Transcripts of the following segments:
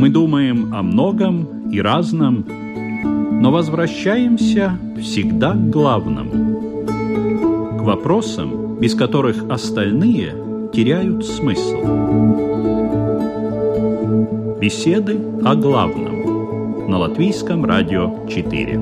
Мы думаем о многом и разном, но возвращаемся всегда к главному, к вопросам, без которых остальные теряют смысл. Беседы о главном на Латвийском радио 4.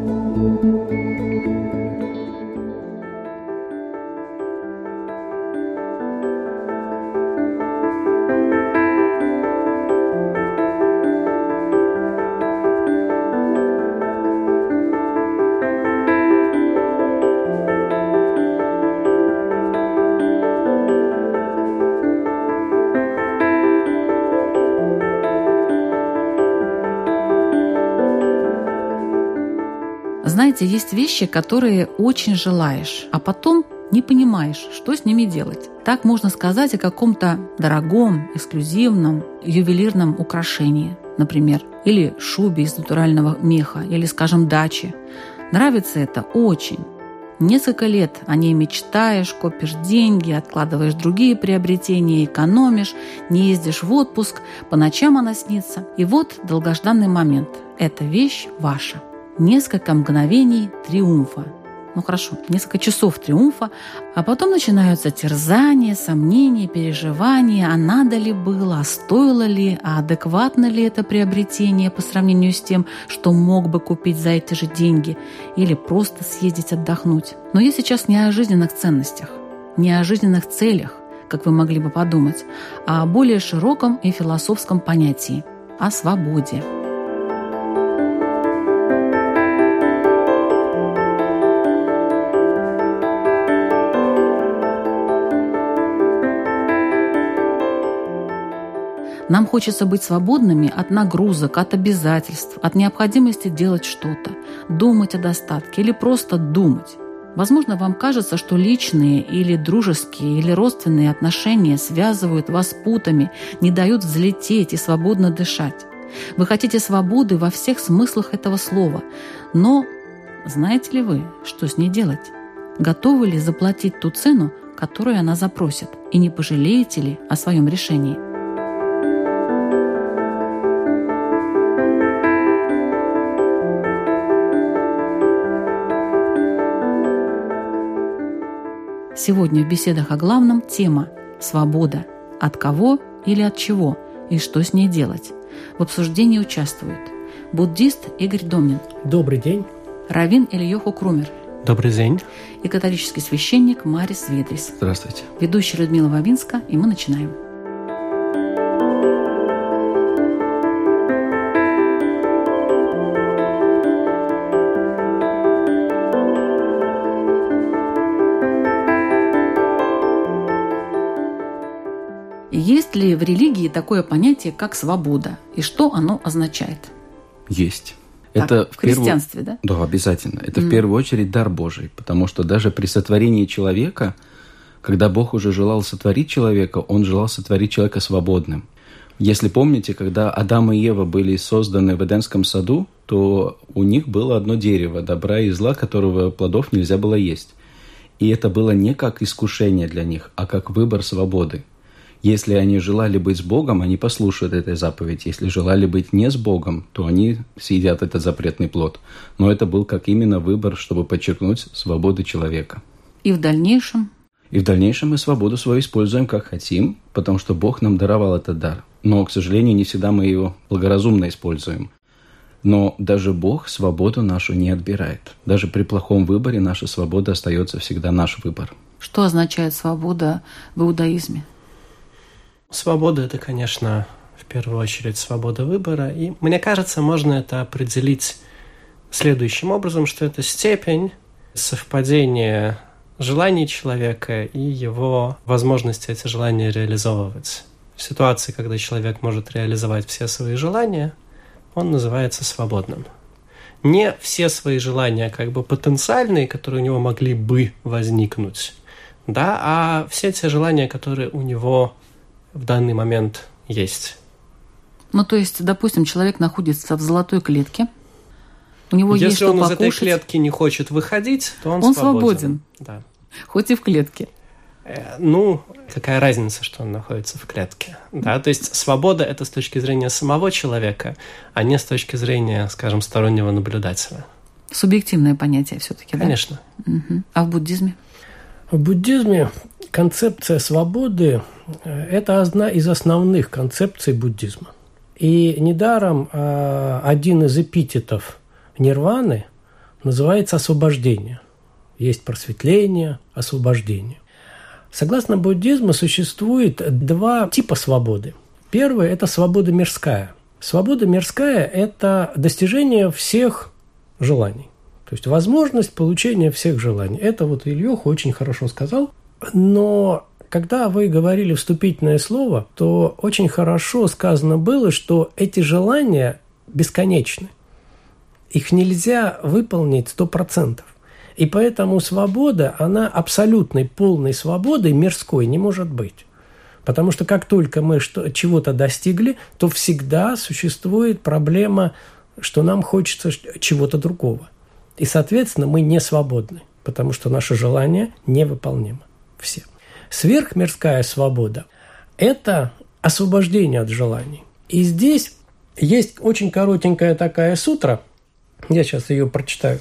Знаете, есть вещи, которые очень желаешь, а потом не понимаешь, что с ними делать. Так можно сказать о каком-то дорогом, эксклюзивном, ювелирном украшении, например, или шубе из натурального меха, или, скажем, даче. Нравится это очень. Несколько лет о ней мечтаешь, копишь деньги, откладываешь другие приобретения, экономишь, не ездишь в отпуск, по ночам она снится. И вот долгожданный момент. Эта вещь ваша. Несколько мгновений триумфа. Ну хорошо, несколько часов триумфа, а потом начинаются терзания, сомнения, переживания, а надо ли было, а стоило ли, а адекватно ли это приобретение по сравнению с тем, что мог бы купить за эти же деньги, или просто съездить отдохнуть. Но я сейчас не о жизненных ценностях, не о жизненных целях, как вы могли бы подумать, а о более широком и философском понятии – о свободе. Нам хочется быть свободными от нагрузок, от обязательств, от необходимости делать что-то, думать о достатке или просто думать. Возможно, вам кажется, что личные или дружеские или родственные отношения связывают вас с путами, не дают взлететь и свободно дышать. Вы хотите свободы во всех смыслах этого слова, но знаете ли вы, что с ней делать? Готовы ли заплатить ту цену, которую она запросит, и не пожалеете ли о своем решении? Сегодня в беседах о главном тема «Свобода. От кого или от чего? И что с ней делать?». В обсуждении участвуют буддист Игорь Домнин. Добрый день. Раввин Ильёху Крумер. Добрый день. И католический священник Марис Ведрис. Здравствуйте. Ведущая Людмила Вавинска, и мы начинаем. Есть ли в религии такое понятие, как свобода, и что оно означает? Есть. Так, это в христианстве, да? Да, обязательно. Это в первую очередь дар Божий, потому что даже при сотворении человека, когда Бог уже желал сотворить человека, Он желал сотворить человека свободным. Если помните, когда Адам и Ева были созданы в Эдемском саду, то у них было одно дерево, добра и зла, которого плодов нельзя было есть. И это было не как искушение для них, а как выбор свободы. Если они желали быть с Богом, они послушают этой заповеди. Если желали быть не с Богом, то они съедят этот запретный плод. Но это был как именно выбор, чтобы подчеркнуть свободу человека. И в дальнейшем? И в дальнейшем мы свободу свою используем как хотим, потому что Бог нам даровал этот дар. Но, к сожалению, не всегда мы его благоразумно используем. Но даже Бог свободу нашу не отбирает. Даже при плохом выборе наша свобода остается всегда наш выбор. Что означает свобода в иудаизме? Свобода – это, конечно, в первую очередь свобода выбора. И мне кажется, можно это определить следующим образом, что это степень совпадения желаний человека и его возможности эти желания реализовывать. В ситуации, когда человек может реализовать все свои желания, он называется свободным. Не все свои желания как бы потенциальные, которые у него могли бы возникнуть, да, а все те желания, которые у него в данный момент есть. Ну, то есть, допустим, человек находится в золотой клетке, у него есть что покушать. Если он из этой клетки не хочет выходить, то он свободен. Да. Хоть и в клетке. какая разница, что он находится в клетке? Да? То есть свобода – это с точки зрения самого человека, а не с точки зрения, скажем, стороннего наблюдателя. Субъективное понятие все-таки, Конечно. Да? Угу. А в буддизме? В буддизме концепция свободы – это одна из основных концепций буддизма. И недаром один из эпитетов нирваны называется освобождение. Есть просветление, освобождение. Согласно буддизму существует два типа свободы. Первое – это свобода мирская. Свобода мирская – это достижение всех желаний. То есть возможность получения всех желаний. Это вот Ильёха очень хорошо сказал. Но когда вы говорили вступительное слово, то очень хорошо сказано было, что эти желания бесконечны. Их нельзя выполнить 100%. И поэтому свобода, она абсолютной, полной свободой мирской не может быть. Потому что как только мы чего-то достигли, то всегда существует проблема, что нам хочется чего-то другого. И, соответственно, мы не свободны, потому что наши желания невыполнимы. Все. Сверхмирская свобода – это освобождение от желаний. И здесь есть очень коротенькая такая сутра, я сейчас ее прочитаю,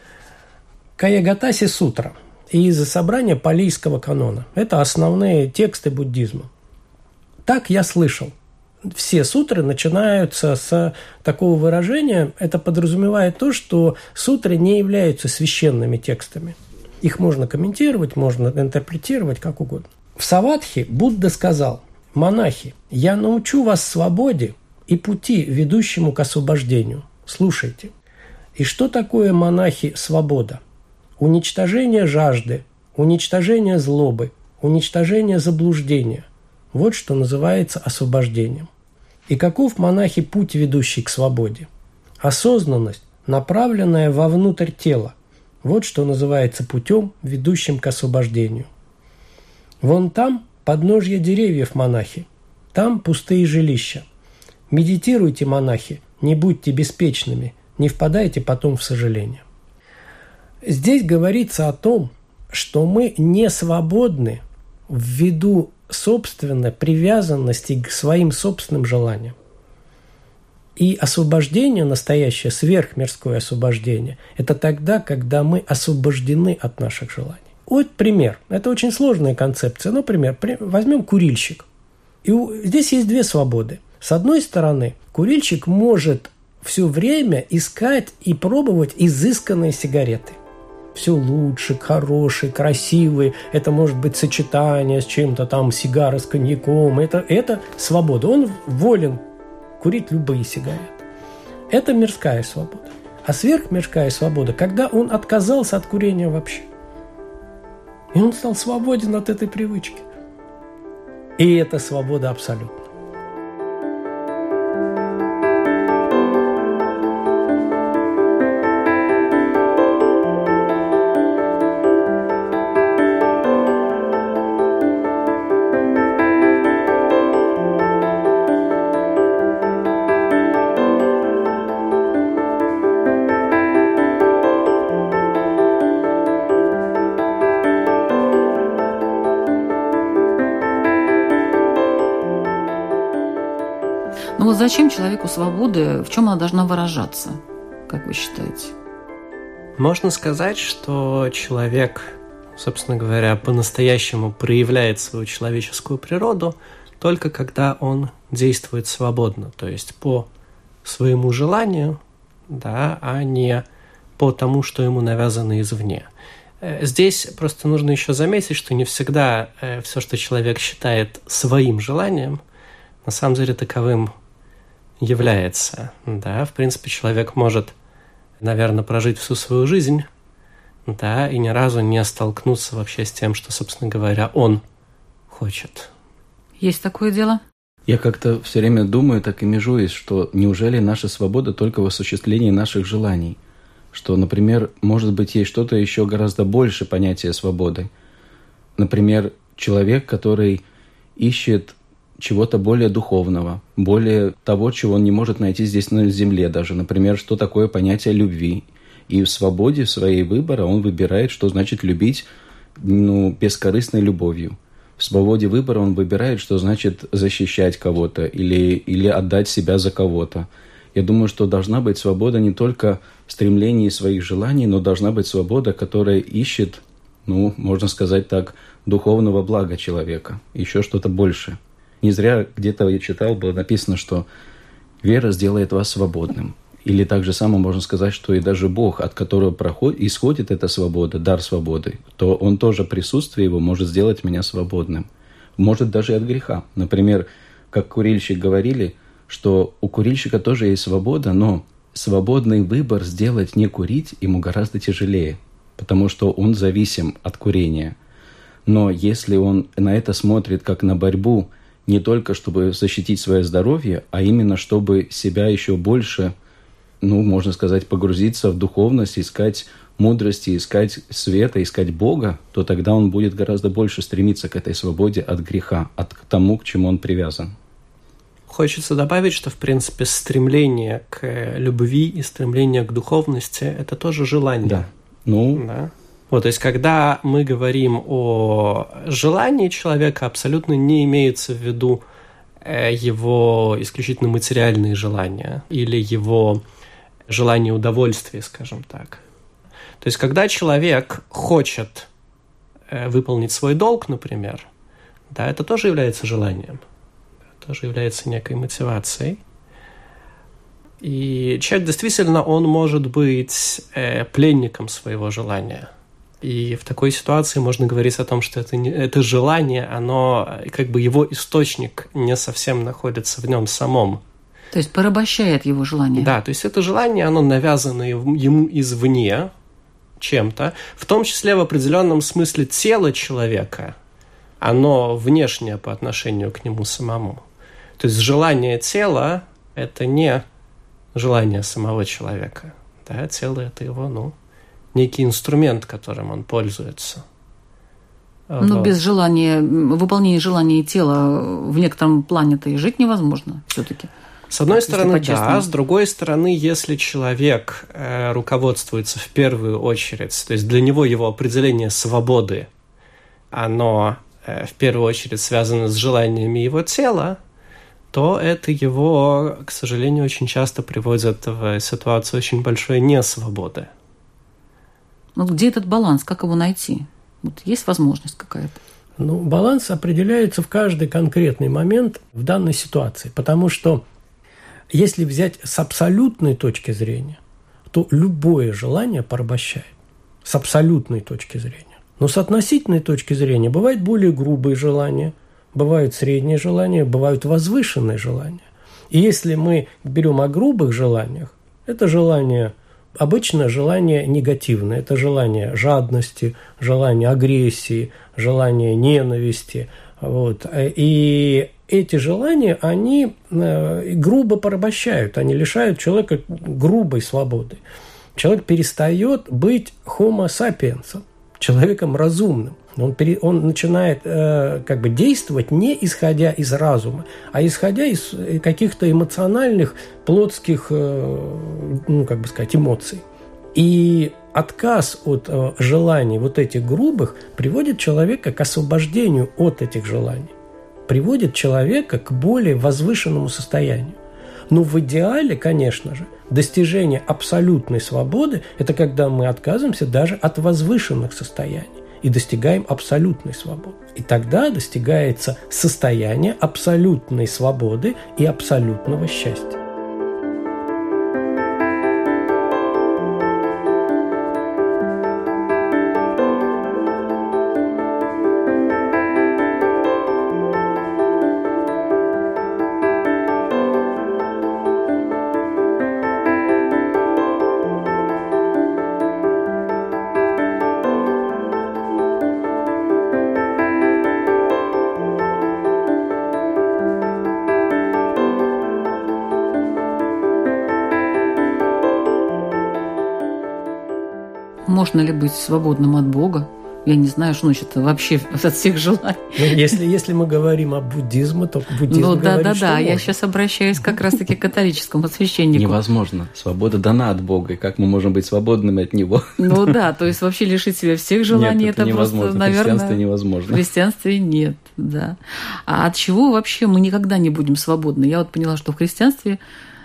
Каягатаси сутра из собрания Палийского канона. Это основные тексты буддизма. Так я слышал. Все сутры начинаются с такого выражения. Это подразумевает то, что сутры не являются священными текстами. Их можно комментировать, можно интерпретировать как угодно. В Саватхи Будда сказал: «Монахи, я научу вас свободе и пути, ведущему к освобождению. Слушайте». И что такое, монахи, свобода? Уничтожение жажды, уничтожение злобы, уничтожение заблуждения. Вот что называется освобождением. И каков, монахи, путь, ведущий к свободе? Осознанность, направленная вовнутрь тела. Вот что называется путем, ведущим к освобождению. Вон там подножье деревьев, монахи. Там пустые жилища. Медитируйте, монахи, не будьте беспечными, не впадайте потом в сожаление. Здесь говорится о том, что мы не свободны ввиду собственной привязанности к своим собственным желаниям. И освобождение настоящее, сверхмирское освобождение, это тогда, когда мы освобождены от наших желаний. Вот пример. Это очень сложная концепция. Например, возьмем курильщик. И здесь есть две свободы. С одной стороны, курильщик может все время искать и пробовать изысканные сигареты. Все лучше, хорошие, красивые. Это может быть сочетание с чем-то там, сигары с коньяком. Это свобода. Он волен курить любые сигареты. Это мирская свобода. А сверхмирская свобода, когда он отказался от курения вообще. И он стал свободен от этой привычки. И это свобода абсолютно. Ну вот зачем человеку свобода, в чем она должна выражаться, как вы считаете? Можно сказать, что человек, собственно говоря, по-настоящему проявляет свою человеческую природу только когда он действует свободно, то есть по своему желанию, да, а не по тому, что ему навязано извне. Здесь просто нужно еще заметить, что не всегда все, что человек считает своим желанием, на самом деле таковым является. Да? В принципе, человек может, наверное, прожить всю свою жизнь, да, и ни разу не столкнуться вообще с тем, что, собственно говоря, он хочет. Есть такое дело? Я как-то все время думаю, так и межуюсь, что неужели наша свобода только в осуществлении наших желаний? Что, например, может быть, есть что-то еще гораздо больше понятия свободы. Например, человек, который ищет чего-то более духовного, более того, чего он не может найти здесь на земле даже. Например, что такое понятие любви. И в свободе своей выбора он выбирает, что значит любить бескорыстной любовью. В свободе выбора он выбирает, что значит защищать кого-то или отдать себя за кого-то. Я думаю, что должна быть свобода не только в стремлении своих желаний, но должна быть свобода, которая ищет, можно сказать так, духовного блага человека, еще что-то большее. Не зря где-то я читал, было написано, что вера сделает вас свободным. Или так же само можно сказать, что и даже Бог, от которого исходит эта свобода, дар свободы, то Он тоже, присутствие Его может сделать меня свободным. Может даже и от греха. Например, как курильщик говорили, что у курильщика тоже есть свобода, но свободный выбор сделать не курить ему гораздо тяжелее, потому что он зависим от курения. Но если он на это смотрит как на борьбу, не только чтобы защитить свое здоровье, а именно чтобы себя еще больше, можно сказать, погрузиться в духовность, искать мудрости, искать света, искать Бога, то тогда он будет гораздо больше стремиться к этой свободе от греха, от тому, к чему он привязан. Хочется добавить, что, в принципе, стремление к любви и стремление к духовности – это тоже желание. Да. Да. То есть, когда мы говорим о желании человека, абсолютно не имеется в виду его исключительно материальные желания или его желание удовольствия, скажем так. То есть, когда человек хочет выполнить свой долг, например, да, это тоже является желанием, тоже является некой мотивацией. И человек действительно, он может быть пленником своего желания. И в такой ситуации можно говорить о том, что это желание, оно, его источник не совсем находится в нем самом. То есть порабощает его желание. Да, то есть это желание, оно навязано ему извне чем-то, в том числе в определенном смысле тело человека, оно внешнее по отношению к нему самому. То есть желание тела – это не желание самого человека. Да? Тело – это его, некий инструмент, которым он пользуется. Без желания, выполнения желания тела в некотором плане-то и жить невозможно все-таки. С одной стороны, да. С другой стороны, если человек руководствуется в первую очередь, то есть для него его определение свободы, оно в первую очередь связано с желаниями его тела, то это его, к сожалению, очень часто приводит в ситуацию очень большой несвободы. Где этот баланс? Как его найти? Есть возможность какая-то? Баланс определяется в каждый конкретный момент в данной ситуации, потому что если взять с абсолютной точки зрения, то любое желание порабощает. С абсолютной точки зрения. Но с относительной точки зрения бывают более грубые желания, бывают средние желания, бывают возвышенные желания. И если мы берем о грубых желаниях, это желание, обычно желание негативное, это желание жадности, желание агрессии, желание ненависти. И эти желания, они грубо порабощают, они лишают человека грубой свободы. Человек перестает быть homo sapiens, человеком разумным. Он начинает действовать не исходя из разума, а исходя из каких-то эмоциональных, плотских, эмоций. И отказ от желаний этих грубых приводит человека к освобождению от этих желаний, приводит человека к более возвышенному состоянию. Но в идеале, конечно же, достижение абсолютной свободы – это когда мы отказываемся даже от возвышенных состояний и достигаем абсолютной свободы. И тогда достигается состояние абсолютной свободы и абсолютного счастья. Можно ли быть свободным от Бога? Я не знаю, что значит вообще от всех желаний. Если мы говорим о буддизме, то буддизм говорит, что можно. Я сейчас обращаюсь как раз-таки к католическому священнику. Невозможно. Свобода дана от Бога, и как мы можем быть свободными от Него? То есть вообще лишить себя всех желаний, нет, это просто, невозможно. наверное... В христианстве невозможно. В христианстве нет, да. А от чего вообще мы никогда не будем свободны? Я поняла, что в христианстве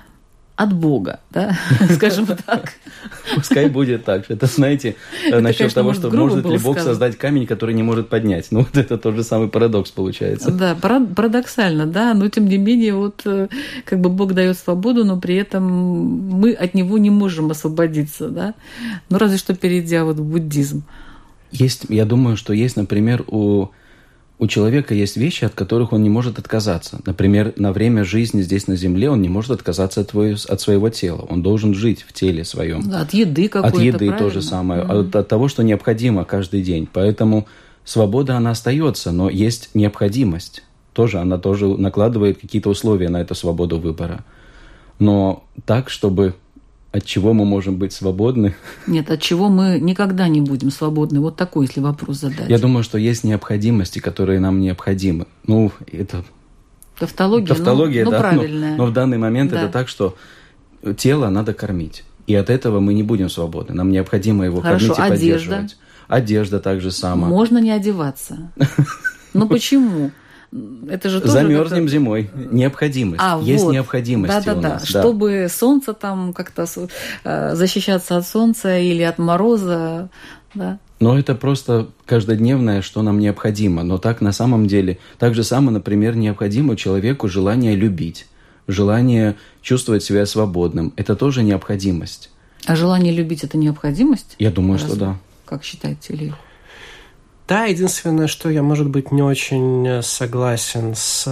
от Бога, да, скажем так. Пускай будет так. Это, знаете, насчет того, что может ли Бог создать камень, который не может поднять. Это тот же самый парадокс получается. Да, парадоксально, да, но тем не менее Бог дает свободу, но при этом мы от него не можем освободиться, да. Разве что перейдя в буддизм. Я думаю, что есть, например, у человека есть вещи, от которых он не может отказаться. Например, на время жизни здесь на земле он не может отказаться от своего тела. Он должен жить в теле своем. Да, от еды какой-то, от еды правильно? То же самое. От того, что необходимо каждый день. Поэтому свобода, она остается, но есть необходимость. Она тоже накладывает какие-то условия на эту свободу выбора. Но так, чтобы... От чего мы можем быть свободны? Нет, от чего мы никогда не будем свободны. Вот такой, если вопрос задать. Я думаю, что есть необходимости, которые нам необходимы. Это... Тавтология, да, правильная. Но в данный момент это так, что тело надо кормить. И от этого мы не будем свободны. Нам необходимо его кормить и поддерживать. Одежда так же само. Можно не одеваться. Почему? Это же тоже замерзнем зимой. Необходимость. Есть необходимость у нас. Чтобы солнце там как-то защищаться от солнца или от мороза. Да. Но это просто каждодневное, что нам необходимо. Но так на самом деле, так же самое, например, необходимо человеку желание любить, желание чувствовать себя свободным. Это тоже необходимость. А желание любить – это необходимость? Я думаю, что да. Как считаете, Илья? Да, единственное, что я, может быть, не очень согласен с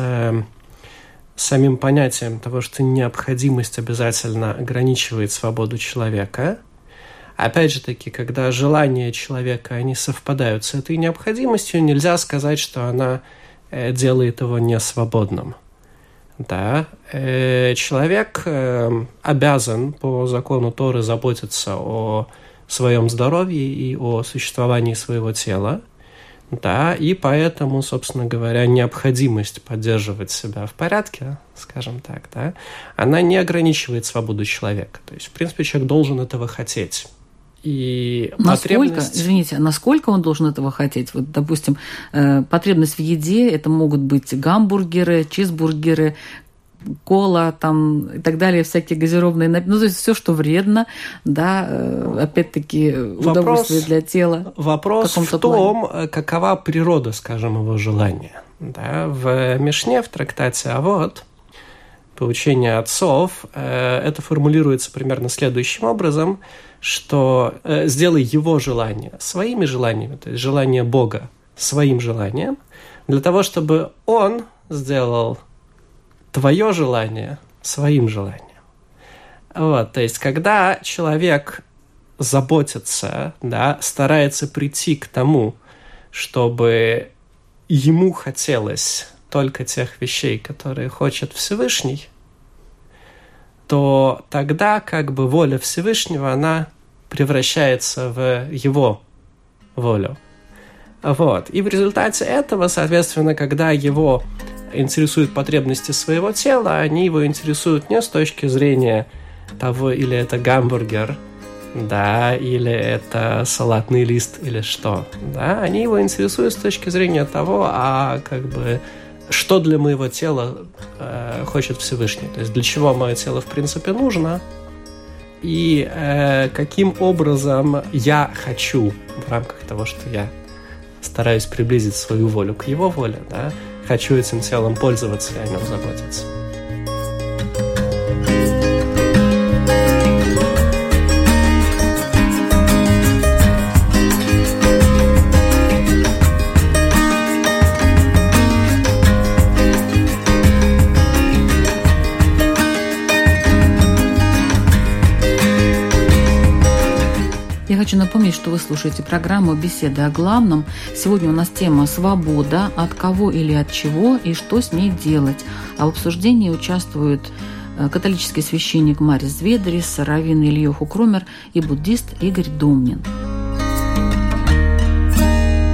самим понятием того, что необходимость обязательно ограничивает свободу человека. Опять же таки, когда желания человека, они совпадают с этой необходимостью, нельзя сказать, что она делает его несвободным. Да, человек обязан по закону Торы заботиться о своем здоровье и о существовании своего тела. Да, и поэтому, собственно говоря, необходимость поддерживать себя в порядке, скажем так, да, она не ограничивает свободу человека. То есть, в принципе, человек должен этого хотеть. И насколько он должен этого хотеть? Вот, допустим, потребность в еде – это могут быть гамбургеры, чизбургеры, кола там, и так далее, всякие газированные напитки. То есть все, что вредно, да, опять-таки удовольствие для тела. Вопрос в том, какова природа, скажем, его желания. Да, в Мишне, в трактате Авот, поучение отцов, это формулируется примерно следующим образом, что сделай его желание своими желаниями, то есть желание Бога своим желанием, для того, чтобы он сделал твое желание своим желанием. То есть, когда человек заботится, да, старается прийти к тому, чтобы ему хотелось только тех вещей, которые хочет Всевышний, то тогда воля Всевышнего, она превращается в его волю. И в результате этого, соответственно, когда его интересуют потребности своего тела, они его интересуют не с точки зрения того, или это гамбургер, да, или это салатный лист, или что, да, они его интересуют с точки зрения того, что для моего тела хочет Всевышний, то есть для чего мое тело в принципе нужно, и каким образом я хочу в рамках того, что я стараюсь приблизить свою волю к его воле, да, хочу этим телом пользоваться и о нем заботиться. Я хочу напомнить, что вы слушаете программу «Беседы о главном». Сегодня у нас тема «Свобода. От кого или от чего и что с ней делать?». А в обсуждении участвуют католический священник Марис Зvedris, раввин Ильёху Кромер и буддист Игорь Домнин.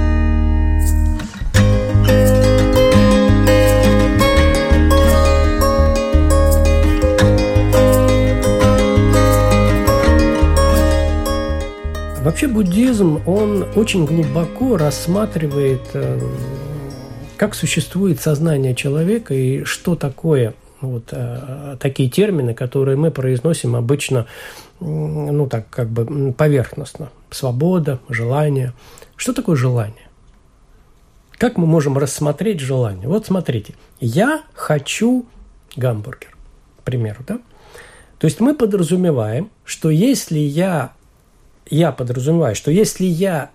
Вообще буддизм, он очень глубоко рассматривает, как существует сознание человека и что такое вот такие термины, которые мы произносим обычно, ну так как бы поверхностно. Свобода, желание. Что такое желание? Как мы можем рассмотреть желание? Вот смотрите, я хочу гамбургер, к примеру, да? То есть мы подразумеваем, что если я подразумеваю, что если я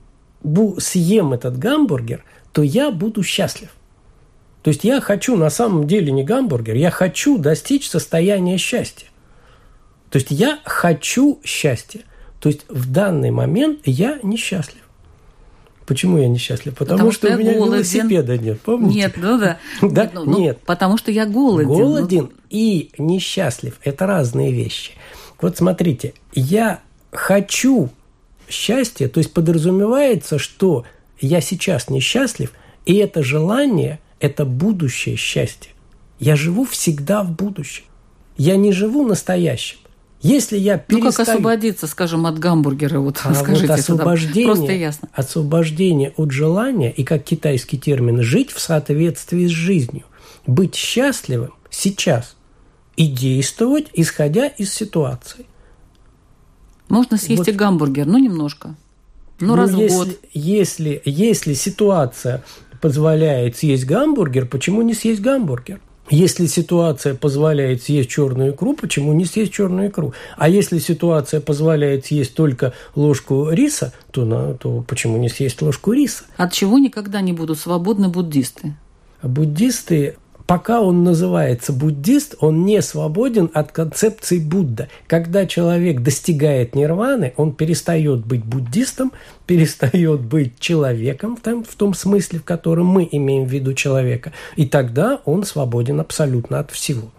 съем этот гамбургер, то я буду счастлив. То есть я хочу на самом деле не гамбургер, я хочу достичь состояния счастья. То есть я хочу счастья. То есть в данный момент я несчастлив. Почему я несчастлив? Потому что у меня велосипеда нет, помните? Нет, да. Да? Нет. Потому что я голоден. Голоден и несчастлив – это разные вещи. Вот смотрите, я хочу счастья, то есть подразумевается, что я сейчас несчастлив, и это желание – это будущее счастье. Я живу всегда в будущем. Я не живу настоящим. Если я перестаю... Ну, как освободиться, скажем, от гамбургера? Вот, скажите, вот освобождение, просто ясно. Освобождение от желания, и как китайский термин, жить в соответствии с жизнью. Быть счастливым сейчас и действовать, исходя из ситуации. Можно съесть и гамбургер, немножко. Раз в год. Если ситуация позволяет съесть гамбургер, почему не съесть гамбургер? Если ситуация позволяет съесть черную икру, почему не съесть черную икру? А если ситуация позволяет съесть только ложку риса, то почему не съесть ложку риса? От чего никогда не будут свободны буддисты? Буддисты, пока он называется буддист, он не свободен от концепции Будда. Когда человек достигает нирваны, он перестает быть буддистом, перестает быть человеком в том смысле, в котором мы имеем в виду человека. И тогда он свободен абсолютно от всего.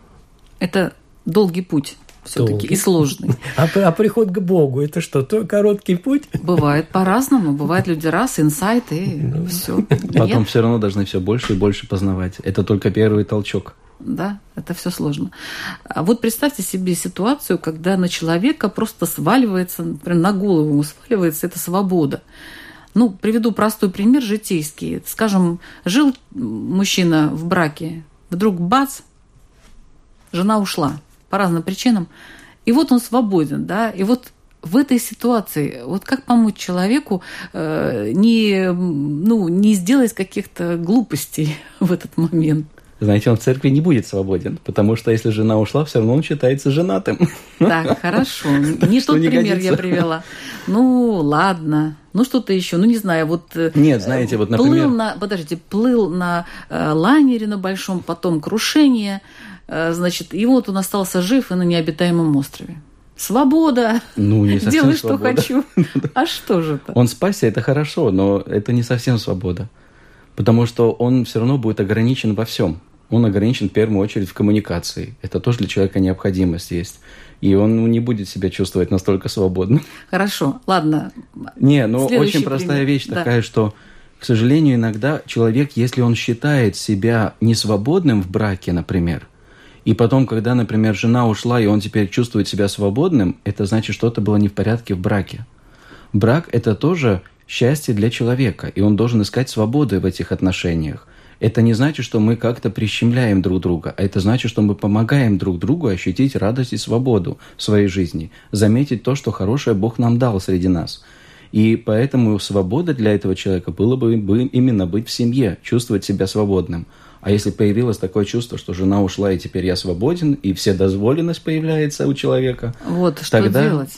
Это долгий путь все-таки и сложный. А приход к Богу – это что, короткий путь? Бывает по-разному. Бывают люди раз, инсайт, и все. Потом все равно должны все больше и больше познавать. Это только первый толчок. Да, это все сложно. А вот представьте себе ситуацию, когда на человека просто сваливается, например, на голову ему сваливается эта свобода. Приведу простой пример житейский. Скажем, жил мужчина в браке, вдруг бац, жена ушла по разным причинам, и вот он свободен, да, и вот в этой ситуации, вот как помочь человеку не сделать каких-то глупостей в этот момент? Знаете, он в церкви не будет свободен, потому что если жена ушла, все равно он считается женатым. Так, хорошо. Не тот пример я привела. Ладно. Что-то еще. Не знаю. Нет, знаете, например... Плыл на лайнере на большом, потом крушение. И вот он остался жив и на необитаемом острове. Свобода. Не совсем делай, свобода. Что хочу. А что же это? Он спасся, это хорошо, но это не совсем свобода. Потому что он все равно будет ограничен во всем. Он ограничен в первую очередь в коммуникации. Это тоже для человека необходимость есть. И он не будет себя чувствовать настолько свободно. Хорошо, ладно. Очень простая вещь такая, что, к сожалению, иногда человек, если он считает себя несвободным в браке, например, и потом, когда, например, жена ушла, и он теперь чувствует себя свободным, это значит, что-то было не в порядке в браке. Брак – это тоже счастье для человека, и он должен искать свободы в этих отношениях. Это не значит, что мы как-то прищемляем друг друга, а это значит, что мы помогаем друг другу ощутить радость и свободу в своей жизни, заметить то, что хорошее Бог нам дал среди нас. И поэтому свобода для этого человека было бы именно быть в семье, чувствовать себя свободным. А если появилось такое чувство, что жена ушла, и теперь я свободен, и вседозволенность появляется у человека, что делать?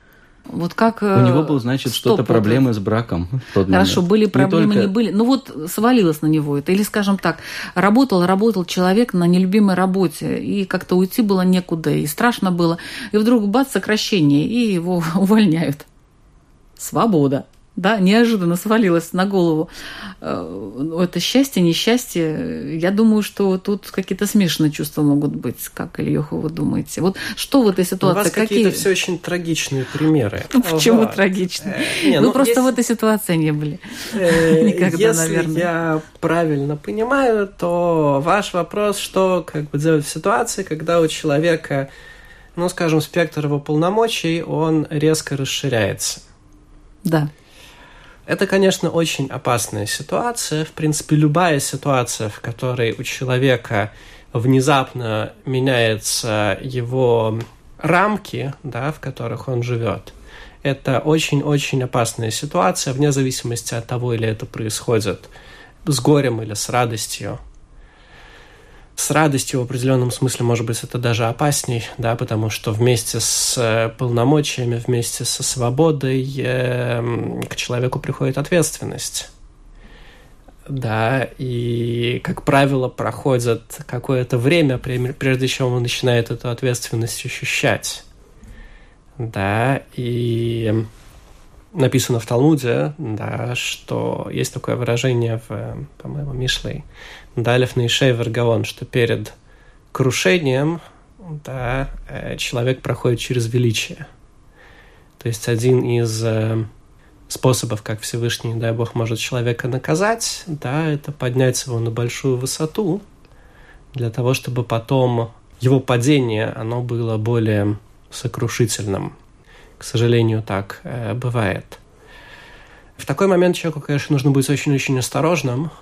Как... У него был, значит, что-то проблемы с браком. Хорошо, были проблемы, не были. Свалилось на него это. Или, скажем так, работал человек на нелюбимой работе, и как-то уйти было некуда, и страшно было. И вдруг бац, сокращение, и его увольняют. Свобода. Да, неожиданно свалилось на голову. Это счастье, несчастье. Я думаю, что тут какие-то смешанные чувства могут быть. Как, Ильёха, вы думаете? Что в этой ситуации? У вас какие-то все очень трагичные примеры. Почему трагичные? Вы просто в этой ситуации не были. Никогда, наверное. Если я правильно понимаю, то ваш вопрос, что делать в ситуации, когда у человека, скажем, спектр его полномочий, он резко расширяется. Да. Это, конечно, очень опасная ситуация. В принципе, любая ситуация, в которой у человека внезапно меняются его рамки, да, в которых он живет, это очень-очень опасная ситуация, вне зависимости от того, или это происходит с горем или с радостью. С радостью в определенном смысле, может быть, это даже опасней, да, потому что вместе с полномочиями, вместе со свободой к человеку приходит ответственность. Да, и, как правило, проходит какое-то время, прежде чем он начинает эту ответственность ощущать. Да, и написано в Талмуде, да, что есть такое выражение в, по-моему, Мишлей, да, лефней шейвер гаон, что перед крушением, да, человек проходит через величие. То есть один из способов, как Всевышний, дай Бог, может человека наказать, да, это поднять его на большую высоту, для того, чтобы потом его падение, оно было более сокрушительным. К сожалению, так бывает. В такой момент человеку, конечно, нужно быть очень-очень осторожным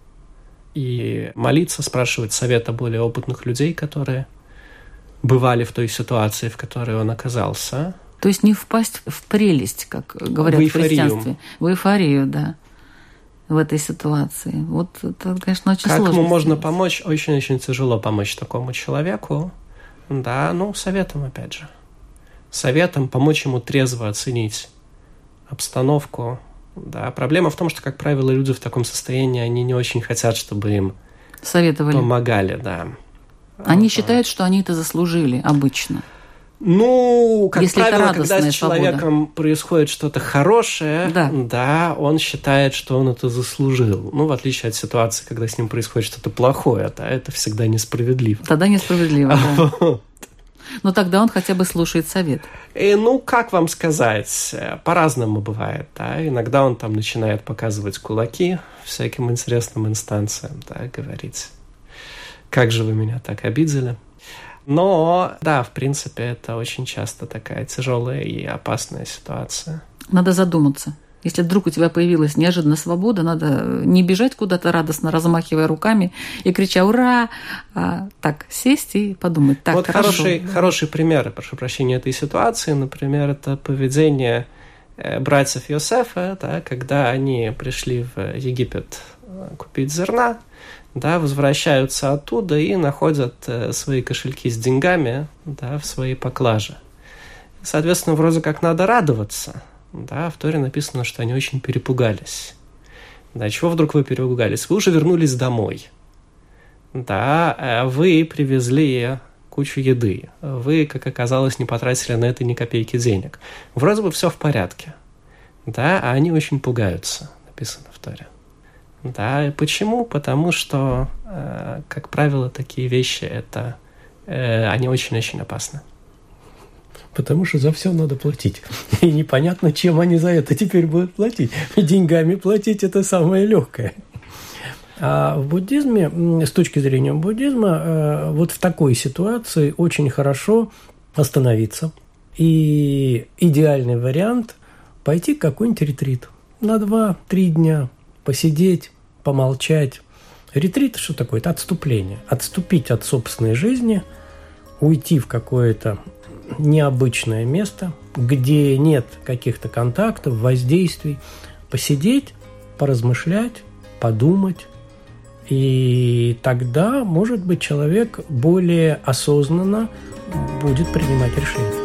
и молиться, спрашивать совета более опытных людей, которые бывали в той ситуации, в которой он оказался. То есть не впасть в прелесть, как говорят в христианстве. В эйфорию, да, в этой ситуации. Вот это, конечно, очень сложно. Как ему можно помочь? Очень-очень тяжело помочь такому человеку. Да, ну, советом, опять же. Советом помочь ему трезво оценить обстановку. Да. Проблема в том, что, как правило, люди в таком состоянии, они не очень хотят, чтобы им советовали, помогали. Да. Они считают, что они это заслужили обычно. Ну, как если правило, когда с человеком происходит что-то хорошее, да, он считает, что он это заслужил. Ну, в отличие от ситуации, когда с ним происходит что-то плохое, да, это всегда несправедливо. Тогда несправедливо, да. Но тогда он хотя бы слушает совет. Ну, как вам сказать, по-разному бывает, да. Иногда он там начинает показывать кулаки всяким интересным инстанциям, да, говорить, как же вы меня так обидели. Но, да, в принципе, это очень часто такая тяжелая и опасная ситуация. Надо задуматься. Если вдруг у тебя появилась неожиданная свобода, надо не бежать куда-то радостно, размахивая руками и крича «Ура!», а так сесть и подумать. Так, вот хороший пример, прошу прощения, этой ситуации, например, это поведение братьев Йосефа, да, когда они пришли в Египет купить зерна, да, возвращаются оттуда и находят свои кошельки с деньгами, да, в своей поклаже. Соответственно, вроде как надо радоваться. Да, в Торе написано, что они очень перепугались. Да, чего вдруг вы перепугались? Вы уже вернулись домой. Да, вы привезли кучу еды. Вы, как оказалось, не потратили на это ни копейки денег. Вроде бы все в порядке. Да, а они очень пугаются, написано в Торе. Да, и почему? Потому что, как правило, такие вещи, они очень-очень опасны. Потому что за все надо платить. И непонятно, чем они за это теперь будут платить. Деньгами платить – это самое легкое. А в буддизме, с точки зрения буддизма, вот в такой ситуации очень хорошо остановиться. И идеальный вариант – пойти в какой-нибудь ретрит. На 2-3 дня посидеть, помолчать. Ретрит – что такое? Это отступление. Отступить от собственной жизни, уйти в какое-то необычное место, где нет каких-то контактов, воздействий, посидеть, поразмышлять, подумать. И тогда, может быть, человек более осознанно будет принимать решения.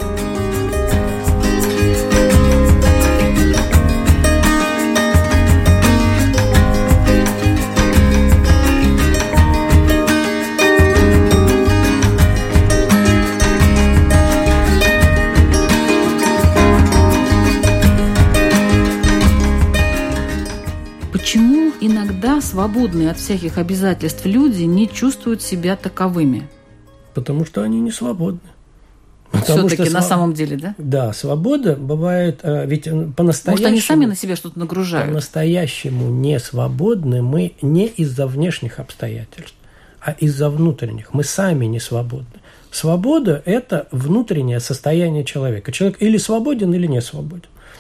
Почему иногда свободные от всяких обязательств люди не чувствуют себя таковыми? Потому что они не свободны. Все-таки на самом деле, да? Да, свобода бывает, ведь по-настоящему... Может, они сами на себя что-то нагружают? По-настоящему не свободны мы не из-за внешних обстоятельств, а из-за внутренних. Мы сами не свободны. Свобода – это внутреннее состояние человека. Человек или свободен, или не свободен.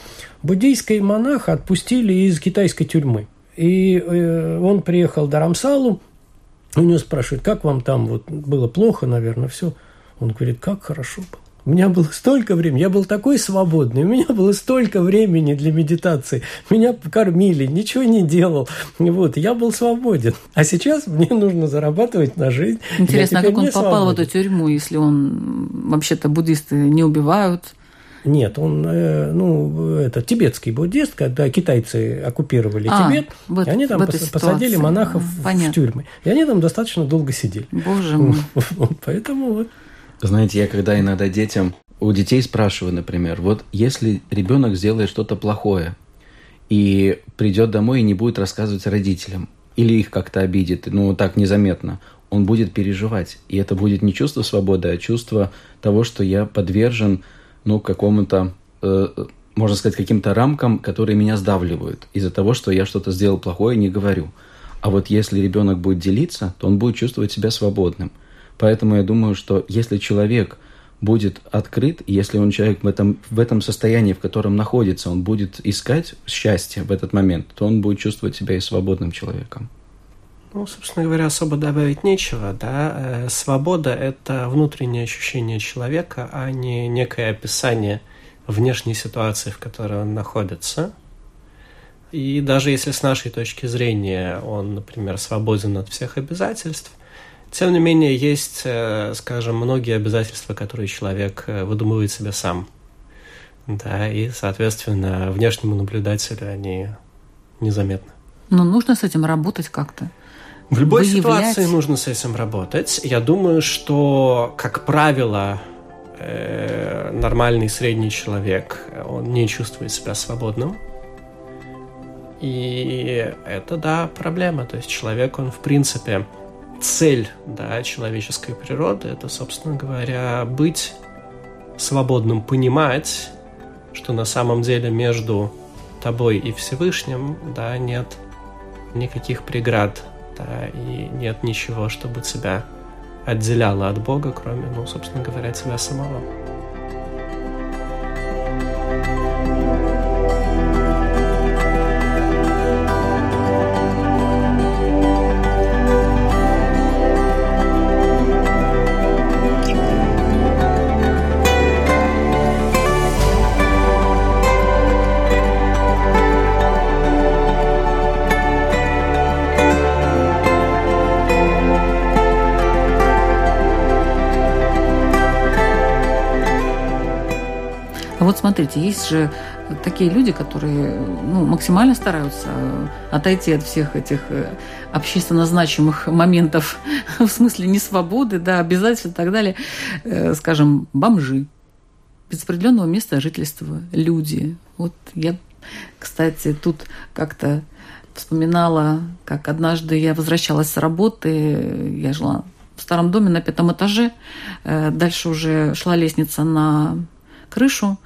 Буддийского монаха отпустили из китайской тюрьмы. И он приехал в Dharamsala, у него спрашивают, как вам там, вот было плохо, наверное, все. Он говорит, как хорошо было. У меня было столько времени, я был такой свободный, у меня было столько времени для медитации. Меня кормили, ничего не делал. Вот, я был свободен. А сейчас мне нужно зарабатывать на жизнь. Интересно, а как он попал в эту тюрьму, если он, вообще-то, буддисты не убивают? Нет, он, это тибетский буддист, когда китайцы оккупировали Тибет, и они там посадили монахов в тюрьмы. И они там достаточно долго сидели. Боже мой. Поэтому вот. Знаете, я когда иногда у детей спрашиваю, например, вот если ребенок сделает что-то плохое и придет домой и не будет рассказывать родителям, или их как-то обидит, так незаметно, он будет переживать. И это будет не чувство свободы, а чувство того, что я подвержен, какому-то, можно сказать, каким-то рамкам, которые меня сдавливают из-за того, что я что-то сделал плохое и не говорю. А вот если ребенок будет делиться, то он будет чувствовать себя свободным. Поэтому я думаю, что если человек будет открыт, и если он человек в этом состоянии, в котором находится, он будет искать счастье в этот момент, то он будет чувствовать себя и свободным человеком. Собственно говоря, особо добавить нечего, да. Свобода – это внутреннее ощущение человека, а не некое описание внешней ситуации, в которой он находится. И даже если с нашей точки зрения он, например, свободен от всех обязательств, тем не менее, есть, скажем, многие обязательства, которые человек выдумывает себе сам. Да, и, соответственно, внешнему наблюдателю они незаметны. Но нужно с этим работать как-то. В любой ситуации нужно с этим работать. Я думаю, что, как правило, нормальный средний человек, он не чувствует себя свободным. И это, да, проблема. То есть человек, он, в принципе... Цель, да, человеческой природы – это, собственно говоря, быть свободным, понимать, что на самом деле между тобой и Всевышним, да, нет никаких преград, да, и нет ничего, чтобы тебя отделяло от Бога, кроме, собственно говоря, тебя самого. Вот смотрите, есть же такие люди, которые максимально стараются отойти от всех этих общественно значимых моментов в смысле несвободы, да, обязательств и так далее. Скажем, бомжи, без определенного места жительства, люди. Вот я, кстати, тут как-то вспоминала, как однажды я возвращалась с работы, я жила в старом доме на 5 этаже, дальше уже шла лестница на крышу,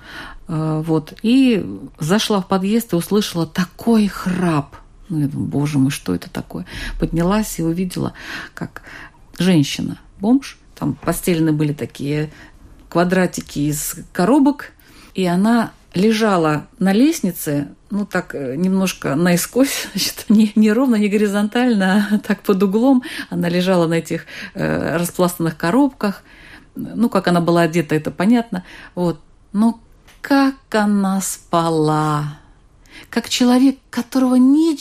и зашла в подъезд и услышала такой храп. Я думаю, боже мой, что это такое? Поднялась и увидела, как женщина, бомж, там постелены были такие квадратики из коробок, и она лежала на лестнице, так немножко наискось, значит, не ровно, не горизонтально, а так под углом. Она лежала на этих распластанных коробках. Как она была одета, это понятно. Но как она спала! Как человек, которого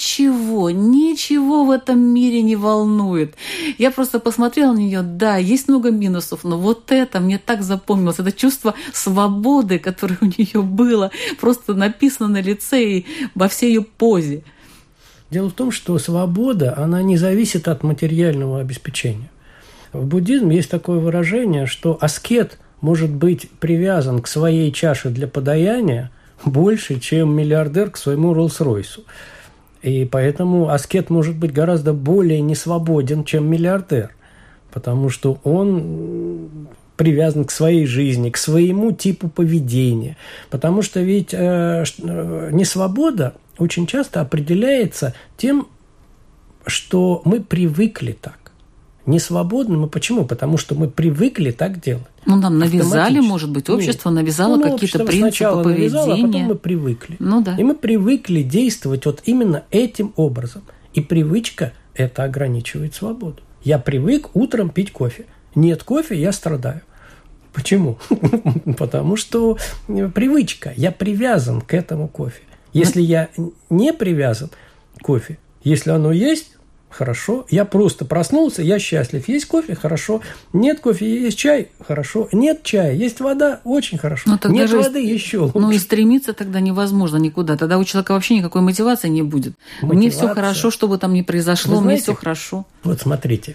ничего в этом мире не волнует. Я просто посмотрела на нее, да, есть много минусов, но вот это мне так запомнилось. Это чувство свободы, которое у нее было, просто написано на лице и во всей ее позе. Дело в том, что свобода, она не зависит от материального обеспечения. В буддизме есть такое выражение, что аскет может быть привязан к своей чаше для подаяния больше, чем миллиардер к своему Роллс-Ройсу. И поэтому аскет может быть гораздо более несвободен, чем миллиардер, потому что он привязан к своей жизни, к своему типу поведения. Потому что ведь несвобода очень часто определяется тем, что мы привыкли так. Не свободным. И почему? Потому что мы привыкли так делать. Ну, нам навязали, может быть, общество навязало какие-то принципы поведения. Навязало, а потом мы привыкли. Ну да. И мы привыкли действовать вот именно этим образом. И привычка – это ограничивает свободу. Я привык утром пить кофе. Нет кофе, я страдаю. Почему? Потому что привычка. Я привязан к этому кофе. Если я не привязан к кофе, если оно есть, хорошо. Я просто проснулся, я счастлив. Есть кофе – хорошо. Нет кофе, есть чай – хорошо. Нет чая, есть вода – очень хорошо. Нет воды – еще лучше. Ну и стремиться тогда невозможно никуда. Тогда у человека вообще никакой мотивации не будет. Мне все хорошо, что бы там ни произошло, мне все хорошо. Вот смотрите,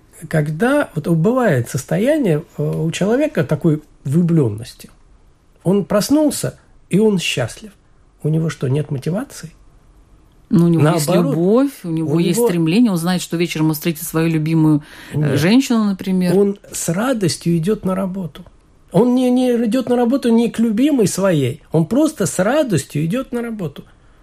когда вот бывает состояние у человека такой влюбленности, он проснулся, и он счастлив. У него что, нет мотивации? Ну, у него есть любовь, у него есть стремление, он знает, что вечером он встретит свою любимую женщину, например. Он с радостью идет на работу. Он не идет на работу не к любимой своей, он просто с радостью идет на работу.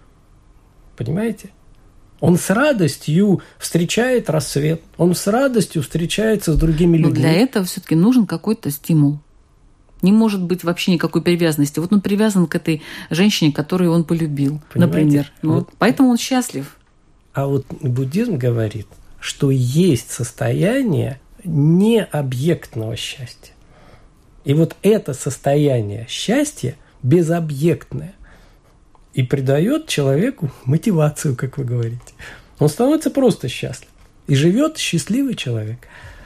Понимаете? Он с радостью встречает рассвет, он с радостью встречается с другими людьми. Но для этого все-таки нужен какой-то стимул. Не может быть вообще никакой привязанности. Вот он привязан к этой женщине, которую он полюбил, например. Вот. Поэтому он счастлив. А вот буддизм говорит, что есть состояние необъектного счастья. И вот это состояние счастья безобъектное и придает человеку мотивацию, как вы говорите. Он становится просто счастлив. И живет счастливый человек.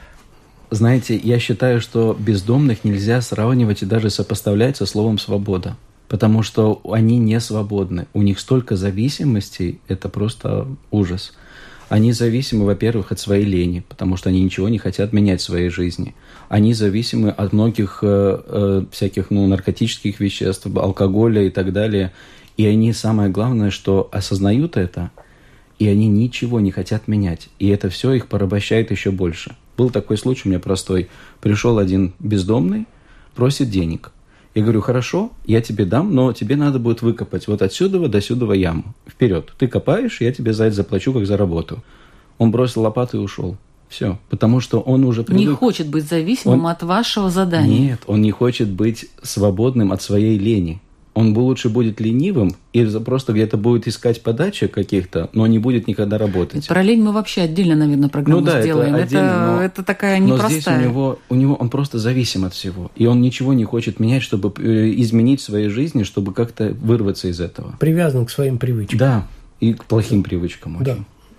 Знаете, я считаю, что бездомных нельзя сравнивать и даже сопоставлять со словом «свобода», потому что они не свободны. У них столько зависимостей, это просто ужас. Они зависимы, во-первых, от своей лени, потому что они ничего не хотят менять в своей жизни. Они зависимы от многих всяких наркотических веществ, алкоголя и так далее. И они, самое главное, что осознают это, и они ничего не хотят менять. И это все их порабощает еще больше. Был такой случай у меня простой. Пришел один бездомный, просит денег. Я говорю, хорошо, я тебе дам, но тебе надо будет выкопать вот отсюда до сюда яму. Вперед. Ты копаешь, я тебе за это заплачу, как за работу. Он бросил лопату и ушел. Все. Потому что он уже привык. Не хочет быть зависимым от вашего задания. Нет, он не хочет быть свободным от своей лени. Он лучше будет ленивым и просто где-то будет искать подачи каких-то, но не будет никогда работать. Про лень мы вообще отдельно, наверное, программу сделаем. Это такая непростая. Но здесь у него он просто зависим от всего. И он ничего не хочет менять, чтобы изменить в своей жизни, чтобы как-то вырваться из этого. Привязан к своим привычкам. Да, и к плохим привычкам очень. Да.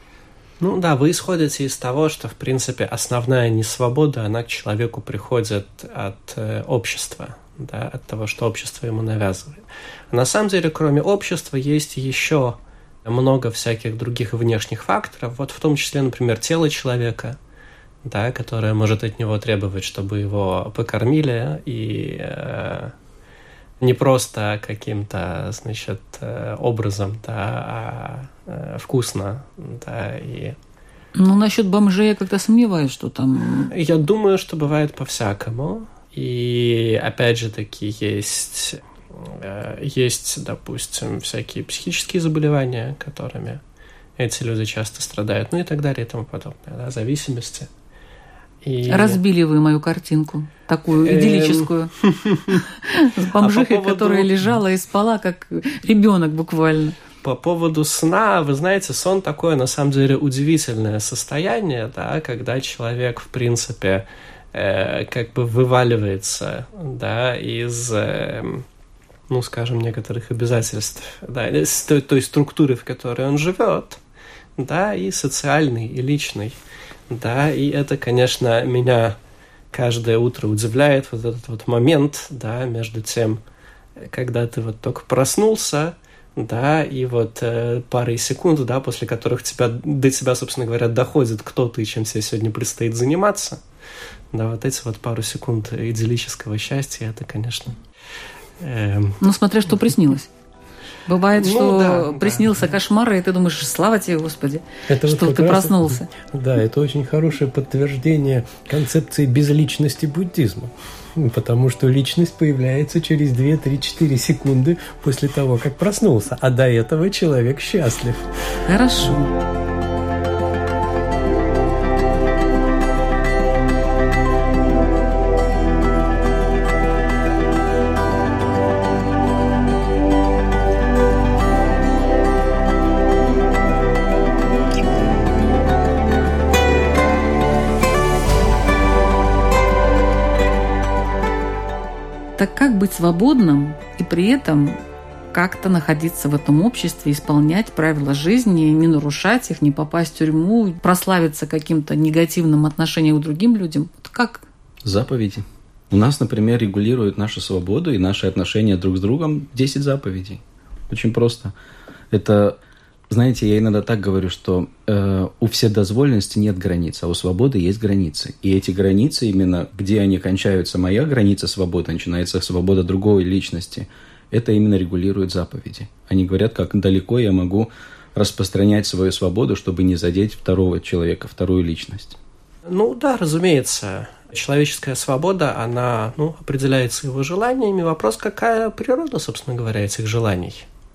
Ну да, вы исходите из того, что, в принципе, основная несвобода, она к человеку приходит от общества. Да, от того, что общество ему навязывает. На самом деле, кроме общества, есть еще много всяких других внешних факторов, вот в том числе, например, тело человека, да, которое может от него требовать, чтобы его покормили, и не просто каким-то, значит, образом, да, а вкусно, да, и... Ну, насчет бомжей я как-то сомневаюсь, что там... Я думаю, что бывает по-всякому. И, опять же таки, есть, допустим, всякие психические заболевания, которыми эти люди часто страдают, ну и так далее и тому подобное, да, зависимости. И... Разбили вы мою картинку, такую идиллическую, с бомжихой, которая лежала и спала, как ребенок буквально. По поводу сна, вы знаете, сон такое, на самом деле, удивительное состояние, да, когда человек, в принципе, как бы вываливается, да, из, ну, скажем, некоторых обязательств, да, из той структуры, в которой он живет, да, и социальной, и личной, да, и это, конечно, меня каждое утро удивляет, вот этот вот момент, да, между тем, когда ты вот только проснулся, да, и вот парой секунд, да, после которых до тебя, собственно говоря, доходит, кто ты и чем тебе сегодня предстоит заниматься. Да, вот эти вот пару секунд идиллического счастья, это, конечно... Ну, смотря что приснилось. Бывает, что приснился кошмар, и ты думаешь, слава тебе, Господи, это что вот ты проснулся. Да, это очень хорошее подтверждение концепции безличности буддизма. Потому что личность появляется через 2, 3, 4 секунды после того, как проснулся. А до этого человек счастлив. Хорошо. Так как быть свободным и при этом как-то находиться в этом обществе, исполнять правила жизни, не нарушать их, не попасть в тюрьму, прославиться каким-то негативным отношением к другим людям? Вот как? Заповеди. У нас, например, регулируют нашу свободу и наши отношения друг с другом 10 заповедей. Очень просто. Это, знаете, я иногда так говорю, что у вседозволенности нет границ, а у свободы есть границы. И эти границы, именно где они кончаются, моя граница свободы, начинается свобода другой личности, это именно регулируют заповеди. Они говорят, как далеко я могу распространять свою свободу, чтобы не задеть второго человека, вторую личность. Ну да, разумеется. Человеческая свобода, она определяется его желаниями. Вопрос, какая природа, собственно говоря, этих желаний.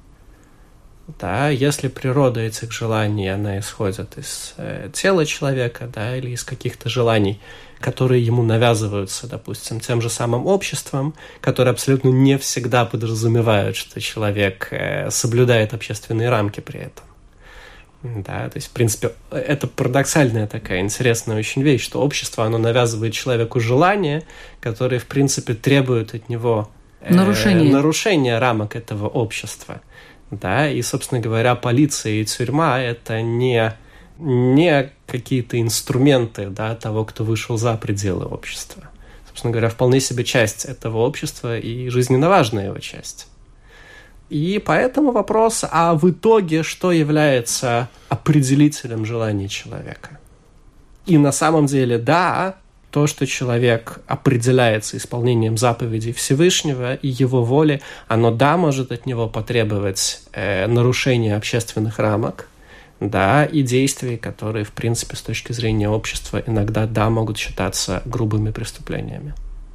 Да, если природа этих желаний, она исходит из тела человека, да, или из каких-то желаний, которые ему навязываются, допустим, тем же самым обществом, которые абсолютно не всегда подразумевают, что человек соблюдает общественные рамки при этом. Да, то есть, в принципе, это парадоксальная такая интересная очень вещь, что общество, оно навязывает человеку желания, которые, в принципе, требуют от него нарушения рамок этого общества. Да, и, собственно говоря, полиция и тюрьма – это не какие-то инструменты, да, того, кто вышел за пределы общества. Собственно говоря, вполне себе часть этого общества и жизненно важная его часть. И поэтому вопрос, а в итоге что является определителем желаний человека? И на самом деле, да, то, что человек определяется исполнением заповедей Всевышнего и его воли, оно, да, может от него потребовать нарушения общественных рамок, да, и действий, которые, в принципе, с точки зрения общества иногда, да, могут считаться грубыми преступлениями.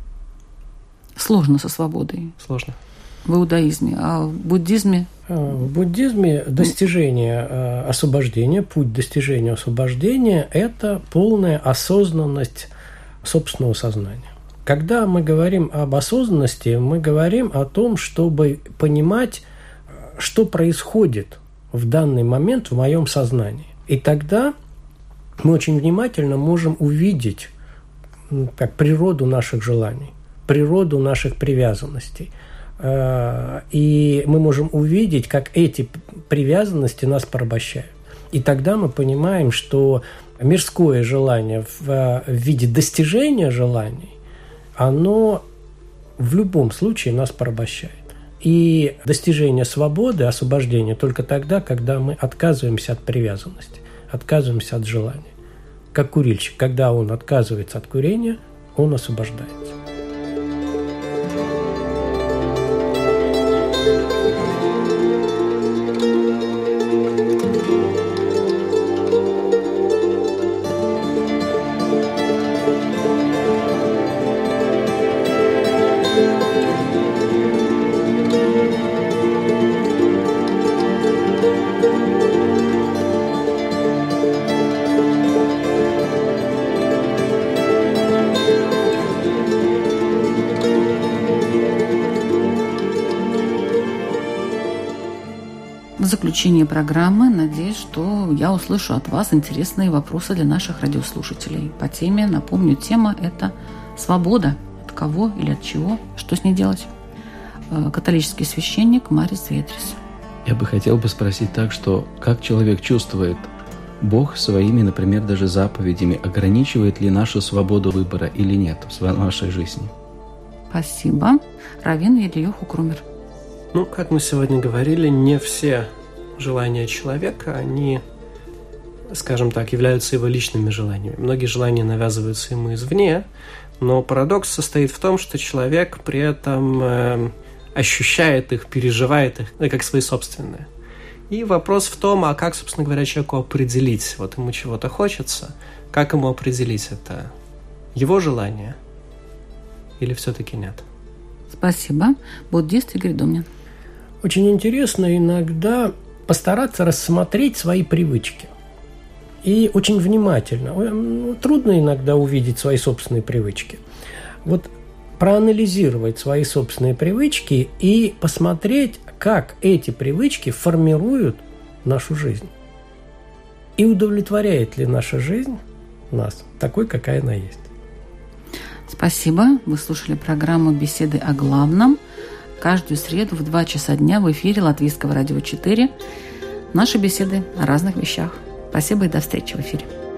Сложно со свободой. Сложно. В иудаизме, а в буддизме? В буддизме достижение освобождения, путь достижения освобождения – это полная осознанность собственного сознания. Когда мы говорим об осознанности, мы говорим о том, чтобы понимать, что происходит в данный момент в моем сознании. И тогда мы очень внимательно можем увидеть как природу наших желаний, природу наших привязанностей. И мы можем увидеть, как эти привязанности нас порабощают. И тогда мы понимаем, что мирское желание в виде достижения желаний, оно в любом случае нас порабощает. И достижение свободы, освобождения только тогда, когда мы отказываемся от привязанности, отказываемся от желания. Как курильщик, когда он отказывается от курения, он освобождается. В заключение программы надеюсь, что я услышу от вас интересные вопросы для наших радиослушателей. По теме, напомню, тема – это свобода. От кого или от чего? Что с ней делать? Католический священник Марис Ветрис. Я бы хотел спросить так, что как человек чувствует, Бог своими, например, даже заповедями ограничивает ли нашу свободу выбора или нет в нашей жизни? Спасибо. Раввин Ильюху Крумер. Как мы сегодня говорили, не все желания человека, они, скажем так, являются его личными желаниями. Многие желания навязываются ему извне, но парадокс состоит в том, что человек при этом ощущает их, переживает их, как свои собственные. И вопрос в том, а как, собственно говоря, человеку определить, вот ему чего-то хочется, как ему определить это? Его желание или все-таки нет? Спасибо. Буддист Игорь Домнин. Очень интересно иногда постараться рассмотреть свои привычки. И очень внимательно. Трудно иногда увидеть свои собственные привычки. Вот проанализировать свои собственные привычки и посмотреть, как эти привычки формируют нашу жизнь. И удовлетворяет ли наша жизнь нас такой, какая она есть. Спасибо. Вы слушали программу «Беседы о главном». Каждую среду в 2 часа дня в эфире Латвийского радио 4. Наши беседы о разных вещах. Спасибо и до встречи в эфире.